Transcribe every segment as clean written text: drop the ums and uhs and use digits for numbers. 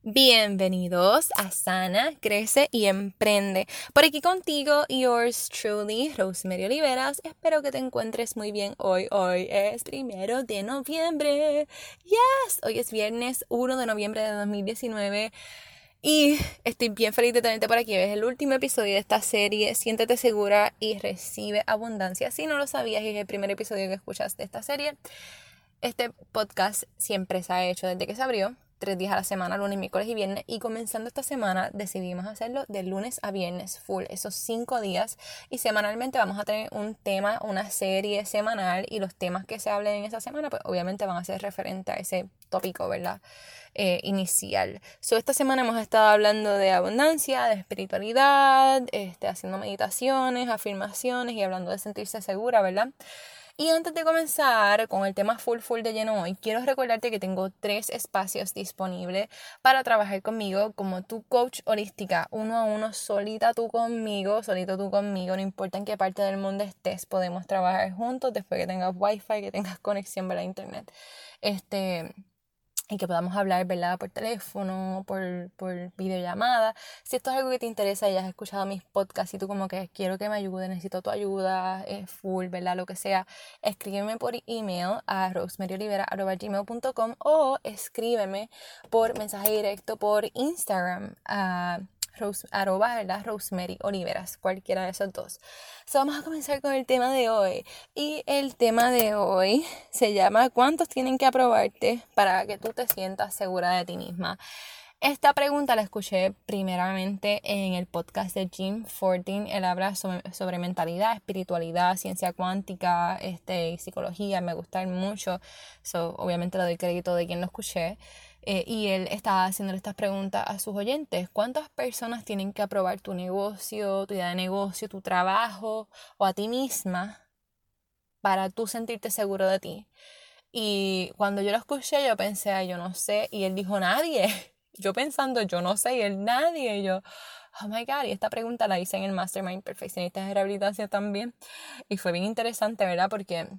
Bienvenidos a Sana, Crece y Emprende. Por aquí contigo, yours truly, Rosemary Oliveras. Espero que te encuentres muy bien hoy. Hoy es 1 de noviembre. Yes, hoy es viernes 1 de noviembre de 2019. Y estoy bien feliz de tenerte por aquí. Es el último episodio de esta serie. Siéntete segura y recibe abundancia. Si no lo sabías y es el primer episodio que escuchas de esta serie, este podcast siempre se ha hecho desde que se abrió. 3 días a la semana, lunes, miércoles y viernes. Y comenzando esta semana decidimos hacerlo de lunes a viernes full, esos 5 días. Y semanalmente vamos a tener un tema, una serie semanal. Y los temas que se hablen en esa semana, pues obviamente van a ser referentes a ese tópico, ¿verdad? Inicial. Esta semana hemos estado hablando de abundancia, de espiritualidad, haciendo meditaciones, afirmaciones y hablando de sentirse segura, ¿verdad? Y antes de comenzar con el tema full de lleno hoy, quiero recordarte que tengo 3 espacios disponibles para trabajar conmigo como tu coach holística, 1-a-1, solito tú conmigo, no importa en qué parte del mundo estés, podemos trabajar juntos después que tengas wifi, que tengas conexión a la internet. Y que podamos hablar, ¿verdad? Por teléfono, por videollamada. Si esto es algo que te interesa y has escuchado mis podcasts y tú como que quiero que me ayude, necesito tu ayuda, full, ¿verdad? Lo que sea, escríbeme por email a rosemaryolivera@gmail.com o escríbeme por mensaje directo por Instagram a @, Rosemary Oliveras, cualquiera de esos dos. Vamos a comenzar con el tema de hoy. Y el tema de hoy se llama ¿cuántos tienen que aprobarte para que tú te sientas segura de ti misma? Esta pregunta la escuché primeramente en el podcast de Jim Fortin. Él habla sobre mentalidad, espiritualidad, ciencia cuántica, y psicología. Me gustan mucho. Obviamente le doy crédito de quien lo escuché. Y él está haciendo estas preguntas a sus oyentes. ¿Cuántas personas tienen que aprobar tu negocio, tu idea de negocio, tu trabajo o a ti misma para tú sentirte seguro de ti? Y cuando yo lo escuché, yo pensé, ay, yo no sé. Y él dijo, nadie. Yo pensando, yo no sé. Y él, nadie. Y yo, oh my God. Y esta pregunta la hice en el Mastermind Perfeccionistas de Rehabilitación también. Y fue bien interesante, ¿verdad? Porque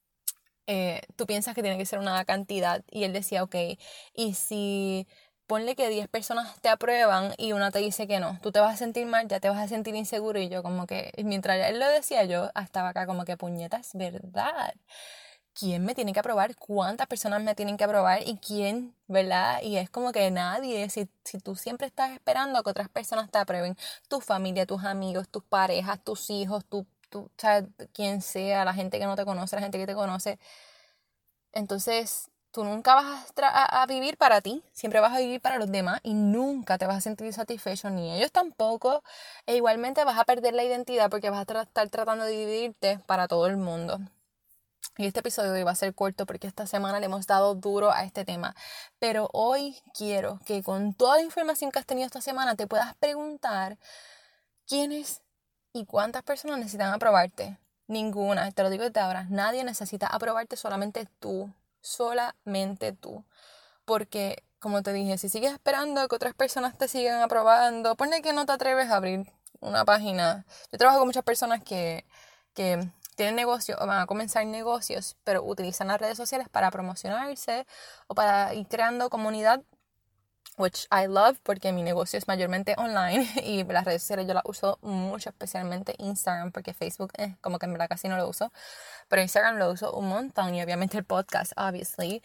tú piensas que tiene que ser una cantidad. Y él decía, ok, y si ponle que 10 personas te aprueban y una te dice que no, tú te vas a sentir mal, ya te vas a sentir inseguro. Y yo como que, mientras él lo decía, yo estaba acá como que puñeta, es verdad. ¿Quién me tiene que aprobar? ¿Cuántas personas me tienen que aprobar? ¿Y quién? ¿Verdad? Y es como que nadie. Si tú siempre estás esperando a que otras personas te aprueben, tu familia, tus amigos, tus parejas, tus hijos, o sea, quien sea, la gente que no te conoce, la gente que te conoce, entonces tú nunca vas a vivir para ti, siempre vas a vivir para los demás y nunca te vas a sentir satisfecho, ni ellos tampoco. E igualmente vas a perder la identidad porque vas a estar tratando de dividirte para todo el mundo. Y este episodio hoy va a ser corto porque esta semana le hemos dado duro a este tema. Pero hoy quiero que con toda la información que has tenido esta semana te puedas preguntar quiénes y cuántas personas necesitan aprobarte. Ninguna, te lo digo desde ahora, nadie necesita aprobarte, solamente tú. Solamente tú. Porque, como te dije, si sigues esperando que otras personas te sigan aprobando, ponle que no te atreves a abrir una página. Yo trabajo con muchas personas que tienen negocios o van a comenzar negocios, pero utilizan las redes sociales para promocionarse o para ir creando comunidad, which I love porque mi negocio es mayormente online y las redes sociales yo las uso mucho, especialmente Instagram, porque Facebook como que en verdad casi no lo uso, pero Instagram lo uso un montón y obviamente el podcast, obviously,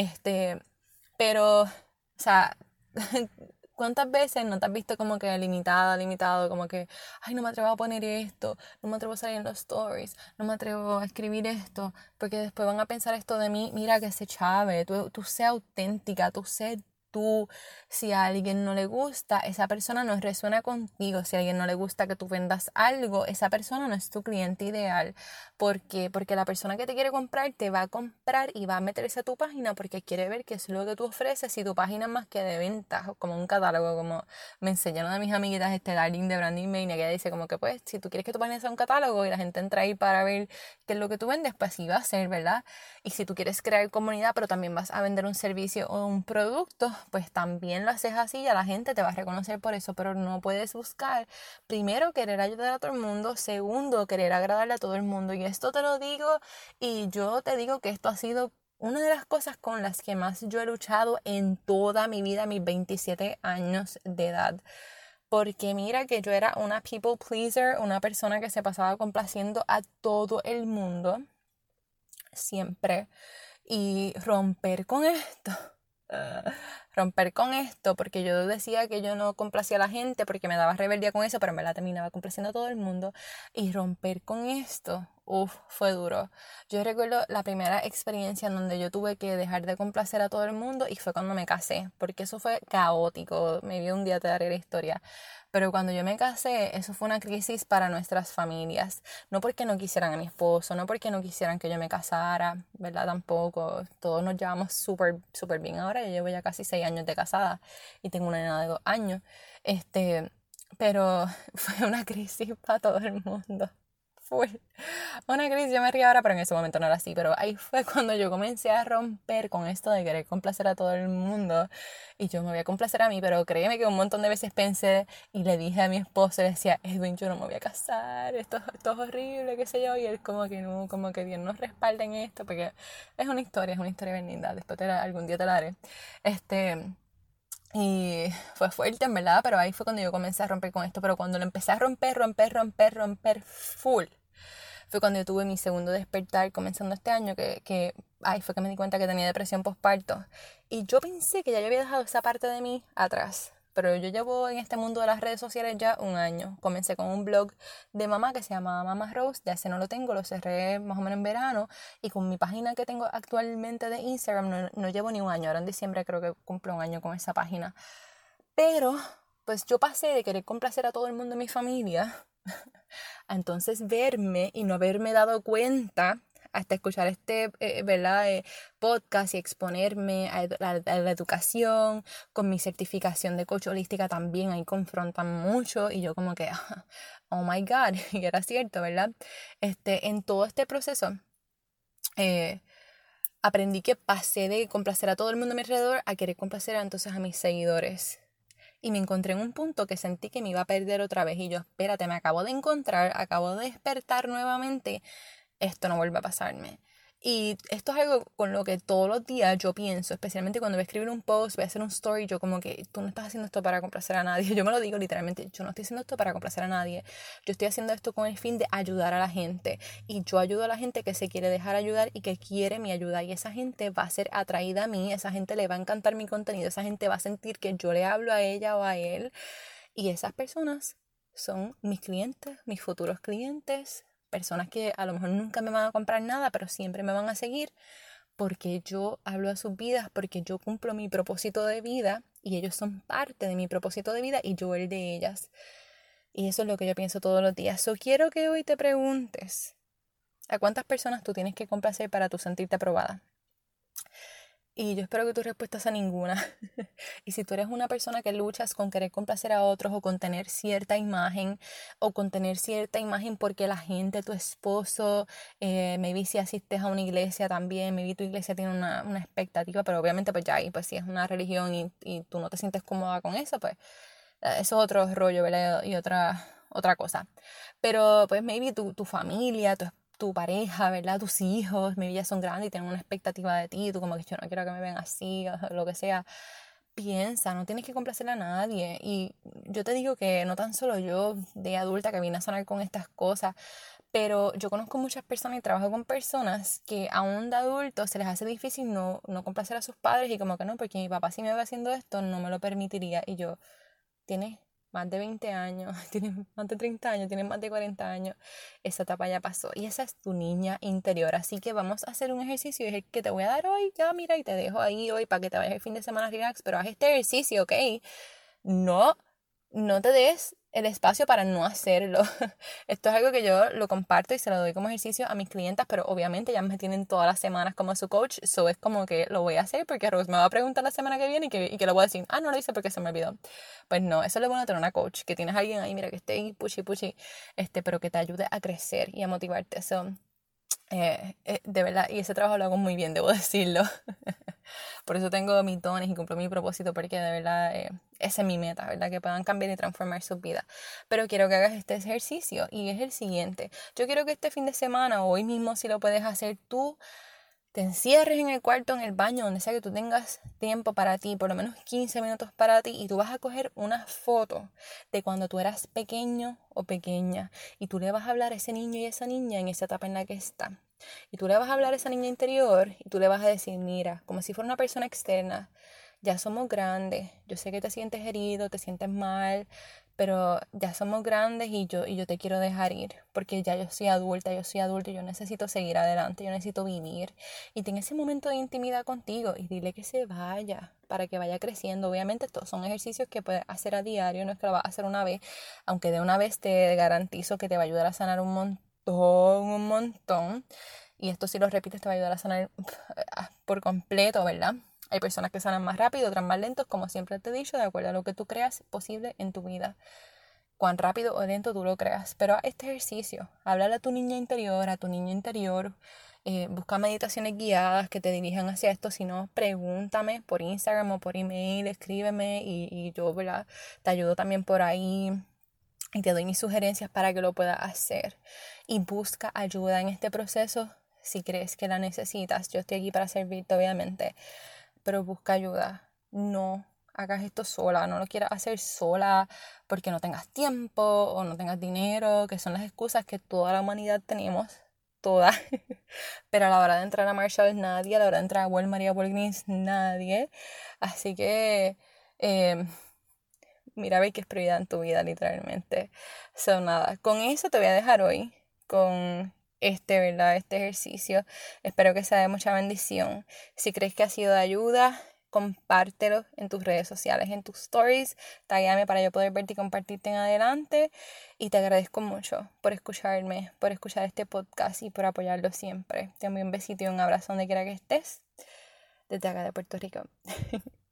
pero, o sea, ¿cuántas veces no te has visto como que limitado, como que, ay, no me atrevo a poner esto, no me atrevo a salir en los stories, no me atrevo a escribir esto, porque después van a pensar esto de mí, mira que se chave, tú sé auténtica, tú sé tú, si a alguien no le gusta, esa persona no resuena contigo, si a alguien no le gusta que tú vendas algo, esa persona no es tu cliente ideal. ¿Por qué? Porque la persona que te quiere comprar te va a comprar y va a meterse a tu página porque quiere ver qué es lo que tú ofreces y tu página es más que de ventas, como un catálogo, como me enseñaron a mis amiguitas Darling de Branding Mania, que ella dice como que pues, si tú quieres que tu página sea un catálogo y la gente entra ahí para ver qué es lo que tú vendes, pues así va a ser, ¿verdad? Y si tú quieres crear comunidad, pero también vas a vender un servicio o un producto, pues también lo haces así y a la gente te va a reconocer por eso, pero no puedes buscar, primero, querer ayudar a todo el mundo, segundo, querer agradarle a todo el mundo. Y esto te lo digo y yo te digo que esto ha sido una de las cosas con las que más yo he luchado en toda mi vida, mis 27 años de edad. Porque mira que yo era una people pleaser, una persona que se pasaba complaciendo a todo el mundo, siempre. Y romper con esto, porque yo decía que yo no complacía a la gente, porque me daba rebeldía con eso, pero me la terminaba complaciendo a todo el mundo. Y romper con esto, fue duro. Yo recuerdo la primera experiencia en donde yo tuve que dejar de complacer a todo el mundo y fue cuando me casé, porque eso fue caótico. Me vi un día te daré la historia. Pero cuando yo me casé, eso fue una crisis para nuestras familias. No porque no quisieran a mi esposo, no porque no quisieran que yo me casara, ¿verdad? Tampoco. Todos nos llevamos súper, súper bien ahora. Yo llevo ya casi 6 años de casada y tengo una nena de 2 años. Pero fue una crisis para todo el mundo. Fue una crisis, yo me río ahora, pero en ese momento no era así. Pero ahí fue cuando yo comencé a romper con esto de querer complacer a todo el mundo. Y yo me voy a complacer a mí, pero créeme que un montón de veces pensé y le dije a mi esposo, le decía, Edwin, yo no me voy a casar, esto es horrible, qué sé yo. Y él como que no, como que Dios nos respalda en esto, porque es una historia bien linda. Después algún día te la haré. Y fue fuerte, en verdad, pero ahí fue cuando yo comencé a romper con esto. Pero cuando lo empecé a romper full, fue cuando yo tuve mi segundo despertar comenzando este año, que ahí fue que me di cuenta que tenía depresión postparto. Y yo pensé que ya yo había dejado esa parte de mí atrás. Pero yo llevo en este mundo de las redes sociales ya 1 año. Comencé con un blog de mamá que se llama Mama Rose. Ya ese no lo tengo, lo cerré más o menos en verano. Y con mi página que tengo actualmente de Instagram no llevo ni 1 año. Ahora en diciembre creo que cumplo 1 año con esa página. Pero pues yo pasé de querer complacer a todo el mundo en mi familia a entonces verme y no haberme dado cuenta hasta escuchar ¿verdad? Podcast y exponerme a la educación, con mi certificación de coach holística también ahí confrontan mucho y yo como que, oh my God, y era cierto, ¿verdad? En todo este proceso aprendí que pasé de complacer a todo el mundo a mi alrededor a querer complacer entonces a mis seguidores. Y me encontré en un punto que sentí que me iba a perder otra vez. Y yo, espérate, me acabo de encontrar, acabo de despertar nuevamente. Esto no vuelve a pasarme. Y esto es algo con lo que todos los días yo pienso, especialmente cuando voy a escribir un post, voy a hacer un story, yo como que tú no estás haciendo esto para complacer a nadie. Yo me lo digo literalmente, yo no estoy haciendo esto para complacer a nadie. Yo estoy haciendo esto con el fin de ayudar a la gente. Y yo ayudo a la gente que se quiere dejar ayudar y que quiere mi ayuda. Y esa gente va a ser atraída a mí, esa gente le va a encantar mi contenido, esa gente va a sentir que yo le hablo a ella o a él. Y esas personas son mis clientes, mis futuros clientes, personas que a lo mejor nunca me van a comprar nada, pero siempre me van a seguir porque yo hablo a sus vidas, porque yo cumplo mi propósito de vida y ellos son parte de mi propósito de vida y yo el de ellas. Y eso es lo que yo pienso todos los días. Quiero que hoy te preguntes, ¿a cuántas personas tú tienes que complacer para tú sentirte aprobada? Y yo espero que tu respuesta sea ninguna. Y si tú eres una persona que luchas con querer complacer a otros o con tener cierta imagen porque la gente, tu esposo, maybe si asistes a una iglesia también, maybe tu iglesia tiene una expectativa, pero obviamente pues ya ahí, pues si es una religión y tú no te sientes cómoda con eso, pues eso es otro rollo, ¿verdad? Y otra cosa. Pero pues maybe tu familia, tu pareja, ¿verdad? Tus hijos, maybe ya son grandes y tienen una expectativa de ti, tú como que yo no quiero que me vean así, o lo que sea. Piensa, no tienes que complacer a nadie. Y yo te digo que no tan solo yo de adulta que vine a sanar con estas cosas, pero yo conozco muchas personas y trabajo con personas que aún de adultos se les hace difícil no complacer a sus padres y como que no, porque mi papá si me va haciendo esto no me lo permitiría. Y yo, tienes más de 20 años, tienes más de 30 años, tienes más de 40 años, esa etapa ya pasó y esa es tu niña interior. Así que vamos a hacer un ejercicio, es el que te voy a dar hoy, ya mira, y te dejo ahí hoy para que te vayas el fin de semana relax, pero haz este ejercicio, ¿ok? No, no te des el espacio para no hacerlo. Esto es algo que yo lo comparto y se lo doy como ejercicio a mis clientas, pero obviamente ya me tienen todas las semanas como su coach, so es como que lo voy a hacer porque Rose me va a preguntar la semana que viene y que le voy a decir, no lo hice porque se me olvidó. Pues no, eso es lo bueno de tener una coach, que tienes a alguien ahí, mira, que esté ahí, puchi, pero que te ayude a crecer y a motivarte. De verdad, y ese trabajo lo hago muy bien, debo decirlo. Por eso tengo mis dones y cumplo mi propósito, porque de verdad esa es mi meta, ¿verdad? Que puedan cambiar y transformar sus vidas. Pero quiero que hagas este ejercicio y es el siguiente. Yo quiero que este fin de semana o hoy mismo, si lo puedes hacer tú, te encierres en el cuarto, en el baño, donde sea que tú tengas tiempo para ti, por lo menos 15 minutos para ti, y tú vas a coger una foto de cuando tú eras pequeño o pequeña, y tú le vas a hablar a ese niño y a esa niña en esa etapa en la que está. Y tú le vas a hablar a esa niña interior y tú le vas a decir, mira, como si fuera una persona externa, ya somos grandes, yo sé que te sientes herido, te sientes mal, pero ya somos grandes y yo te quiero dejar ir, porque ya yo soy adulta, yo soy adulto y yo necesito seguir adelante, yo necesito vivir. Y ten ese momento de intimidad contigo y dile que se vaya, para que vaya creciendo. Obviamente estos son ejercicios que puedes hacer a diario, no es que lo vas a hacer una vez, aunque de una vez te garantizo que te va a ayudar a sanar un montón. Y esto si lo repites te va a ayudar a sanar por completo, ¿verdad? Hay personas que sanan más rápido, otras más lentos, como siempre te he dicho, de acuerdo a lo que tú creas posible en tu vida. Cuán rápido o lento tú lo creas. Pero este ejercicio, háblale a tu niña interior, a tu niño interior. Busca meditaciones guiadas que te dirijan hacia esto. Si no, pregúntame por Instagram o por email, escríbeme y yo, ¿verdad? Te ayudo también por ahí y te doy mis sugerencias para que lo puedas hacer. Y busca ayuda en este proceso si crees que la necesitas. Yo estoy aquí para servirte, obviamente, pero busca ayuda. No hagas esto sola, no lo quieras hacer sola porque no tengas tiempo o no tengas dinero, que son las excusas que toda la humanidad tenemos, todas. Pero a la hora de entrar a Marshalls nadie, a la hora de entrar a Walmart y a Walgreens nadie. Así que mira a ver qué es prioridad en tu vida, literalmente. So, nada, con eso te voy a dejar hoy, con ¿verdad? Este ejercicio. Espero que sea de mucha bendición. Si crees que ha sido de ayuda, compártelo en tus redes sociales, en tus stories. Taguéame para yo poder verte y compartirte en adelante. Y te agradezco mucho por escucharme, por escuchar este podcast y por apoyarlo siempre. Te envío un besito y un abrazo donde quiera que estés. Desde acá de Puerto Rico.